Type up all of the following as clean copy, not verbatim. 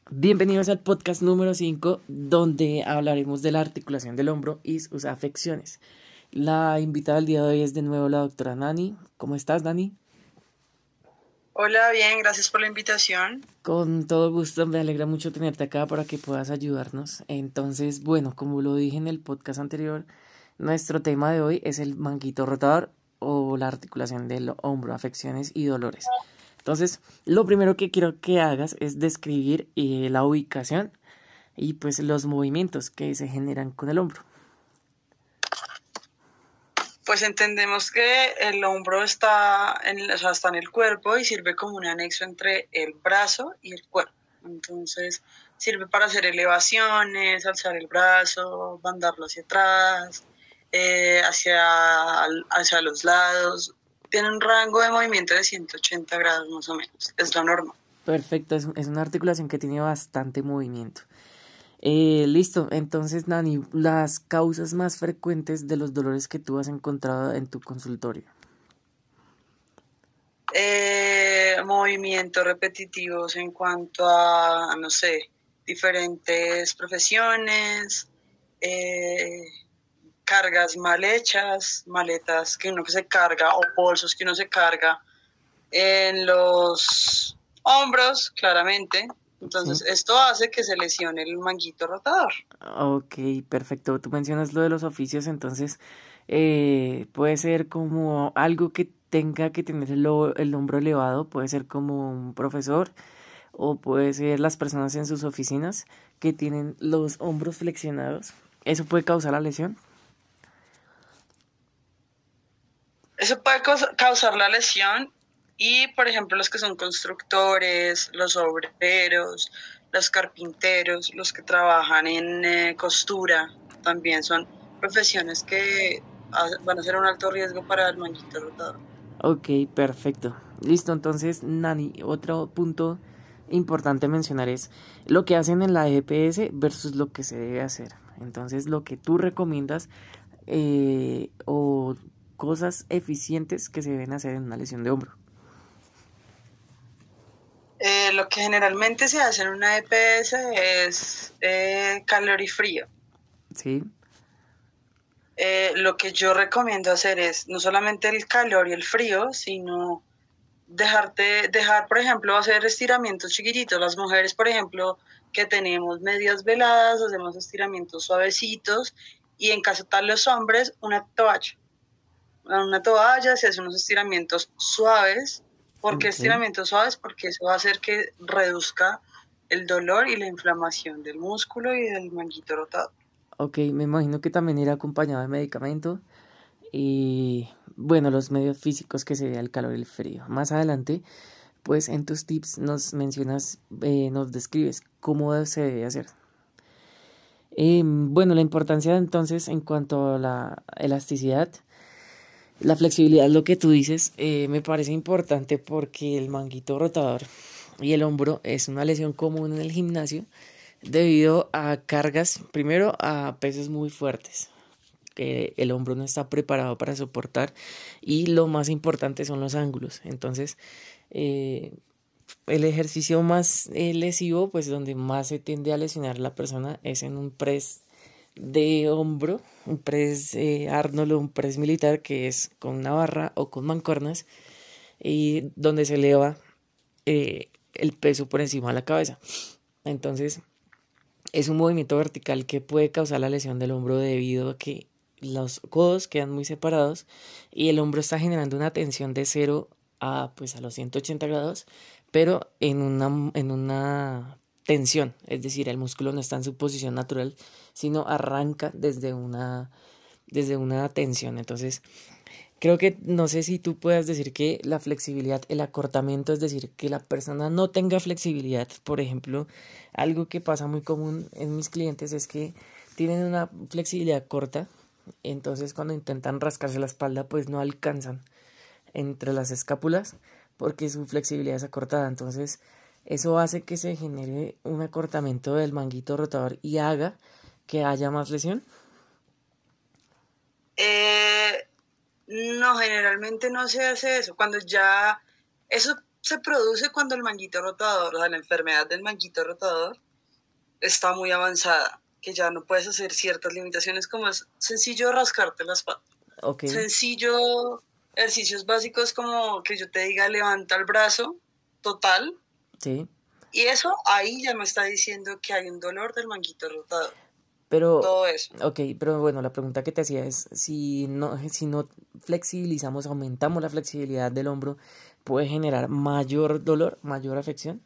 Bienvenidos al podcast número 5, donde hablaremos de la articulación del hombro y sus afecciones. La invitada del día de hoy es de nuevo la doctora Nani. ¿Cómo estás, Nani? Hola, bien, gracias por la invitación. Con todo gusto, me alegra mucho tenerte acá para que puedas ayudarnos. Entonces, bueno, como lo dije en el podcast anterior, nuestro tema de hoy es el manguito rotador o la articulación del hombro, afecciones y dolores. Entonces, lo primero que quiero que hagas es describir la ubicación y pues los movimientos que se generan con el hombro. Pues entendemos que el hombro está está en el cuerpo y sirve como un anexo entre el brazo y el cuerpo. Entonces, sirve para hacer elevaciones, alzar el brazo, mandarlo hacia atrás, hacia los lados. Tiene un rango de movimiento de 180 grados más o menos, es lo normal. Perfecto, es una articulación que tiene bastante movimiento. Listo, entonces Nani, las causas más frecuentes de los dolores que tú has encontrado en tu consultorio. Movimientos repetitivos en cuanto a, no sé, diferentes profesiones, cargas mal hechas, maletas que uno se carga o bolsos que uno se carga en los hombros, claramente. Sí. Entonces, esto hace que se lesione el manguito rotador. Ok, perfecto. Tú mencionas lo de los oficios, entonces puede ser como algo que tenga que tener el hombro elevado, puede ser como un profesor o puede ser las personas en sus oficinas que tienen los hombros flexionados. ¿Eso puede causar la lesión? Eso puede causar la lesión y, por ejemplo, los que son constructores, los obreros, los carpinteros, los que trabajan en costura, también son profesiones que van a ser un alto riesgo para el manguito rotador. Ok, perfecto. Listo, entonces, Nani, otro punto importante mencionar es lo que hacen en la EPS versus lo que se debe hacer. Entonces, lo que tú recomiendas o cosas eficientes que se deben hacer en una lesión de hombro. Lo que generalmente se hace en una EPS es calor y frío. Sí. Lo que yo recomiendo hacer es no solamente el calor y el frío, sino dejar, por ejemplo, hacer estiramientos chiquititos. Las mujeres, por ejemplo, que tenemos medias veladas, hacemos estiramientos suavecitos y en caso tal los hombres, una toalla. Una toalla, se hacen unos estiramientos suaves. ¿Por qué Ok. estiramientos suaves? Porque eso va a hacer que reduzca el dolor y la inflamación del músculo y del manguito rotador. Ok, me imagino que también irá acompañado de medicamento y, bueno, los medios físicos que sería el calor y el frío. Más adelante, pues en tus tips nos mencionas, nos describes cómo se debe hacer. Bueno, la importancia entonces en cuanto a la elasticidad, la flexibilidad, lo que tú dices, me parece importante porque el manguito rotador y el hombro es una lesión común en el gimnasio debido a cargas, primero a pesos muy fuertes que el hombro no está preparado para soportar y lo más importante son los ángulos. Entonces, el ejercicio más lesivo, pues donde más se tiende a lesionar la persona es en un press de hombro, un press Arnold o un press militar que es con una barra o con mancuernas y donde se eleva el peso por encima de la cabeza. Entonces, es un movimiento vertical que puede causar la lesión del hombro debido a que los codos quedan muy separados y el hombro está generando una tensión de 0 a, pues, a los 180 grados, pero en una tensión, es decir, el músculo no está en su posición natural, sino arranca desde una tensión. Entonces, creo que no sé si tú puedas decir que la flexibilidad, el acortamiento, es decir, que la persona no tenga flexibilidad. Por ejemplo, algo que pasa muy común en mis clientes es que tienen una flexibilidad corta, entonces cuando intentan rascarse la espalda pues no alcanzan entre las escápulas porque su flexibilidad es acortada. Entonces eso hace que se genere un acortamiento del manguito rotador y haga que haya más lesión. No, generalmente no se hace eso. Cuando ya eso se produce cuando el manguito rotador, o sea, la enfermedad del manguito rotador está muy avanzada, que ya no puedes hacer ciertas limitaciones como es sencillo rascarte las patas. Ok, Sencillo, ejercicios básicos como que yo te diga levanta el brazo total, sí. y eso ahí ya me está diciendo que hay un dolor del manguito rotador. Pero, Todo eso. ok, pero bueno, la pregunta que te hacía es, si no flexibilizamos, aumentamos la flexibilidad del hombro, ¿puede generar mayor dolor, mayor afección?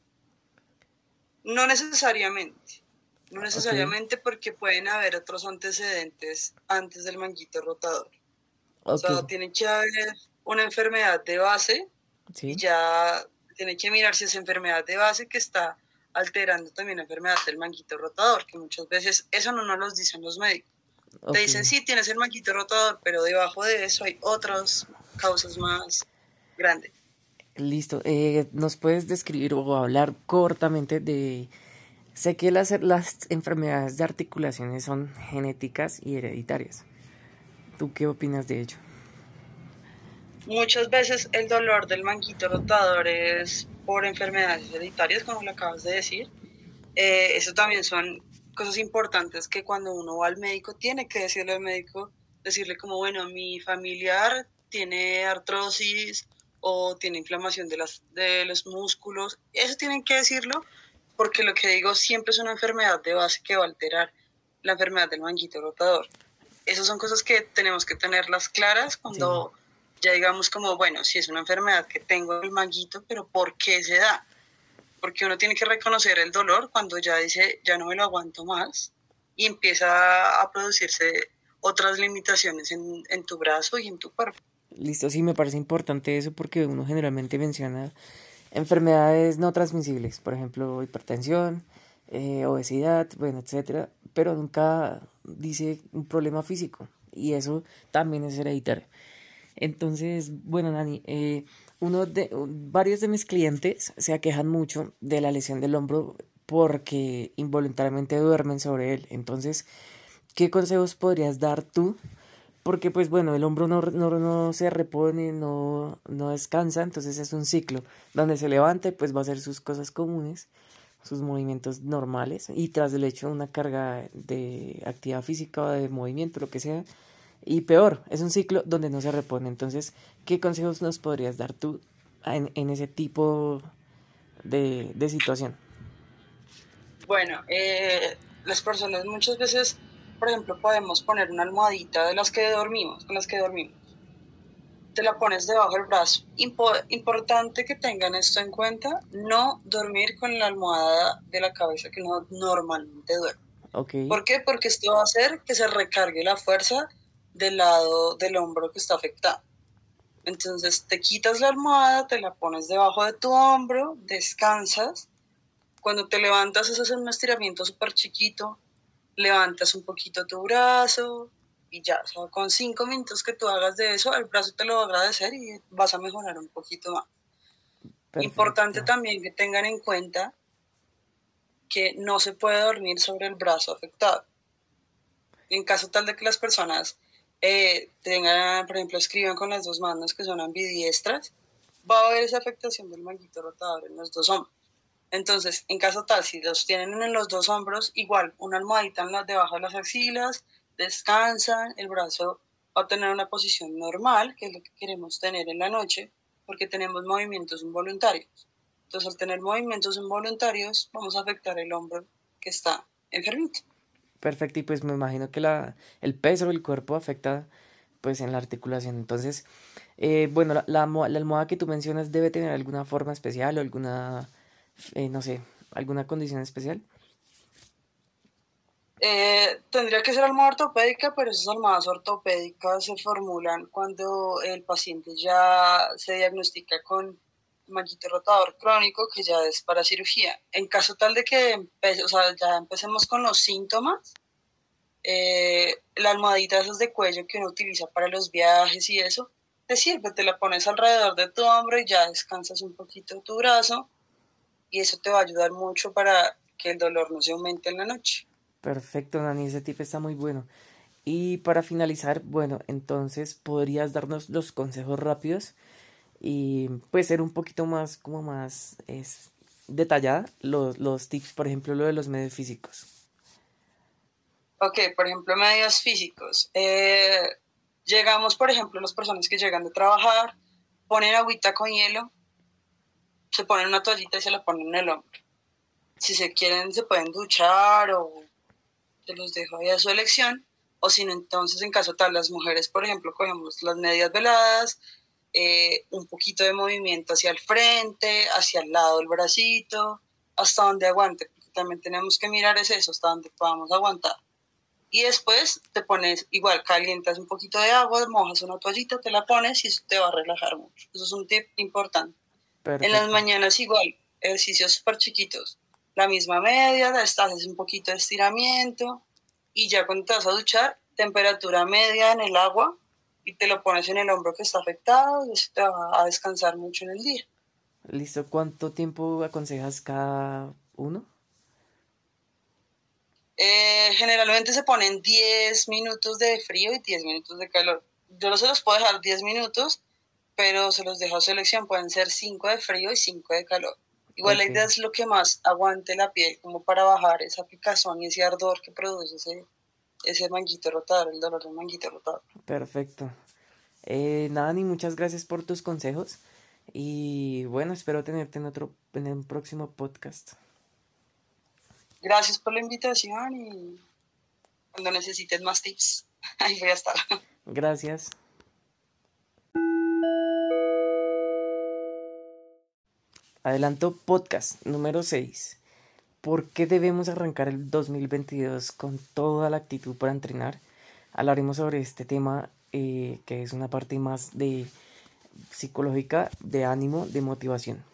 No necesariamente. No Ok, necesariamente porque pueden haber otros antecedentes antes del manguito rotador. O ok, sea, tiene que haber una enfermedad de base y sí, ya tiene que mirar si es enfermedad de base que está alterando también la enfermedad del manguito rotador, que muchas veces eso no nos lo dicen los médicos. Te ok. dicen, sí, tienes el manguito rotador, pero debajo de eso hay otras causas más grandes. Listo. ¿Nos puedes describir o hablar cortamente de... Sé que las enfermedades de articulaciones son genéticas y hereditarias. ¿Tú qué opinas de ello? Muchas veces el dolor del manguito rotador es por enfermedades hereditarias, como lo acabas de decir. Eso también son cosas importantes que cuando uno va al médico tiene que decirle al médico, decirle como, bueno, mi familiar tiene artrosis o tiene inflamación de los músculos. Eso tienen que decirlo porque lo que digo siempre es una enfermedad de base que va a alterar la enfermedad del manguito rotador. Esas son cosas que tenemos que tenerlas claras Sí, cuando ya digamos como, bueno, si es una enfermedad que tengo el manguito, pero ¿por qué se da? Porque uno tiene que reconocer el dolor cuando ya dice, ya no me lo aguanto más y empieza a producirse otras limitaciones en tu brazo y en tu cuerpo. listo. Sí, me parece importante eso porque uno generalmente menciona enfermedades no transmisibles, por ejemplo, hipertensión, obesidad, bueno, etcétera, pero nunca dice un problema físico y eso también es hereditario. Entonces, bueno, Nani, varios de mis clientes se aquejan mucho de la lesión del hombro porque involuntariamente duermen sobre él. Entonces, ¿qué consejos podrías dar tú? Porque, pues bueno, el hombro no se repone, no descansa, entonces es un ciclo donde se levanta y pues va a hacer sus cosas comunes, sus movimientos normales y tras el hecho una carga de actividad física o de movimiento, lo que sea, y peor, es un ciclo donde no se repone. Entonces, ¿qué consejos nos podrías dar tú en ese tipo de situación? Bueno, las personas muchas veces, por ejemplo, podemos poner una almohadita de las que dormimos, con las que dormimos. Te la pones debajo del brazo. Importante que tengan esto en cuenta, no dormir con la almohada de la cabeza que uno normalmente duerme. Ok, ¿Por qué? Porque esto va a hacer que se recargue la fuerza del lado del hombro que está afectado. Entonces te quitas la almohada, te la pones debajo de tu hombro, descansas. Cuando te levantas, haces un estiramiento súper chiquito, levantas un poquito tu brazo y ya, o sea, con 5 minutos que tú hagas de eso, el brazo te lo va a agradecer y vas a mejorar un poquito más. Importante perfecto. también que tengan en cuenta que no se puede dormir sobre el brazo afectado. En caso tal de que las personas tengan, por ejemplo, escriban con las dos manos que son ambidiestras, va a haber esa afectación del manguito rotador en los dos hombros. Entonces, en caso tal, si los tienen en los dos hombros, igual una almohadita en debajo de las axilas, descansan, el brazo va a tener una posición normal, que es lo que queremos tener en la noche, porque tenemos movimientos involuntarios. Entonces, al tener movimientos involuntarios, vamos a afectar el hombro que está enfermito. Perfecto, y pues me imagino que el peso del cuerpo afecta pues en la articulación. Entonces, bueno, la almohada que tú mencionas debe tener alguna forma especial o alguna, no sé, alguna condición especial. Tendría que ser almohada ortopédica, pero esas almohadas ortopédicas se formulan cuando el paciente ya se diagnostica con manguito rotador crónico, que ya es para cirugía. En caso tal de que o sea, ya empecemos con los síntomas, la almohadita esas de cuello que uno utiliza para los viajes y eso, te sirve, te la pones alrededor de tu hombro y ya descansas un poquito tu brazo y eso te va a ayudar mucho para que el dolor no se aumente en la noche. Perfecto, Dani, ese tip está muy bueno. Y para finalizar, bueno, entonces podrías darnos los consejos rápidos y pues ser un poquito más, como más detallada los tips, por ejemplo, lo de los medios físicos. Ok, por ejemplo, medios físicos. Llegamos, por ejemplo, las personas que llegan de trabajar, ponen agüita con hielo, se ponen una toallita y se la ponen en el hombro. Si se quieren, se pueden duchar o se los dejo ahí a su elección. O si no, entonces, en caso tal, las mujeres, por ejemplo, cogemos las medias veladas, un poquito de movimiento hacia el frente, hacia el lado del bracito, hasta donde aguante, porque también tenemos que mirar es eso, hasta donde podamos aguantar. Y después te pones, igual, calientas un poquito de agua, mojas una toallita, te la pones y eso te va a relajar mucho. Eso es un tip importante. En las Perfecto. mañanas igual, ejercicios súper chiquitos. La misma media, haces un poquito de estiramiento y ya cuando te vas a duchar, temperatura media en el agua y te lo pones en el hombro que está afectado y eso te va a descansar mucho en el día. Listo, ¿cuánto tiempo aconsejas cada uno? Generalmente se ponen 10 minutos de frío y 10 minutos de calor. Yo no se los puedo dejar 10 minutos, pero se los dejo a su elección. Pueden ser 5 de frío y 5 de calor. Igual la Ok, idea es lo que más aguante la piel, como para bajar esa picazón y ese ardor que produce ese manguito rotador, el dolor del manguito rotador. perfecto. Nada, ni muchas gracias por tus consejos y bueno, espero tenerte en un próximo podcast. Gracias por la invitación y cuando necesites más tips, ahí voy a estar. Gracias. Adelanto podcast número 6. ¿Por qué debemos arrancar el 2022 con toda la actitud para entrenar? Hablaremos sobre este tema que es una parte más de psicológica, de ánimo, de motivación.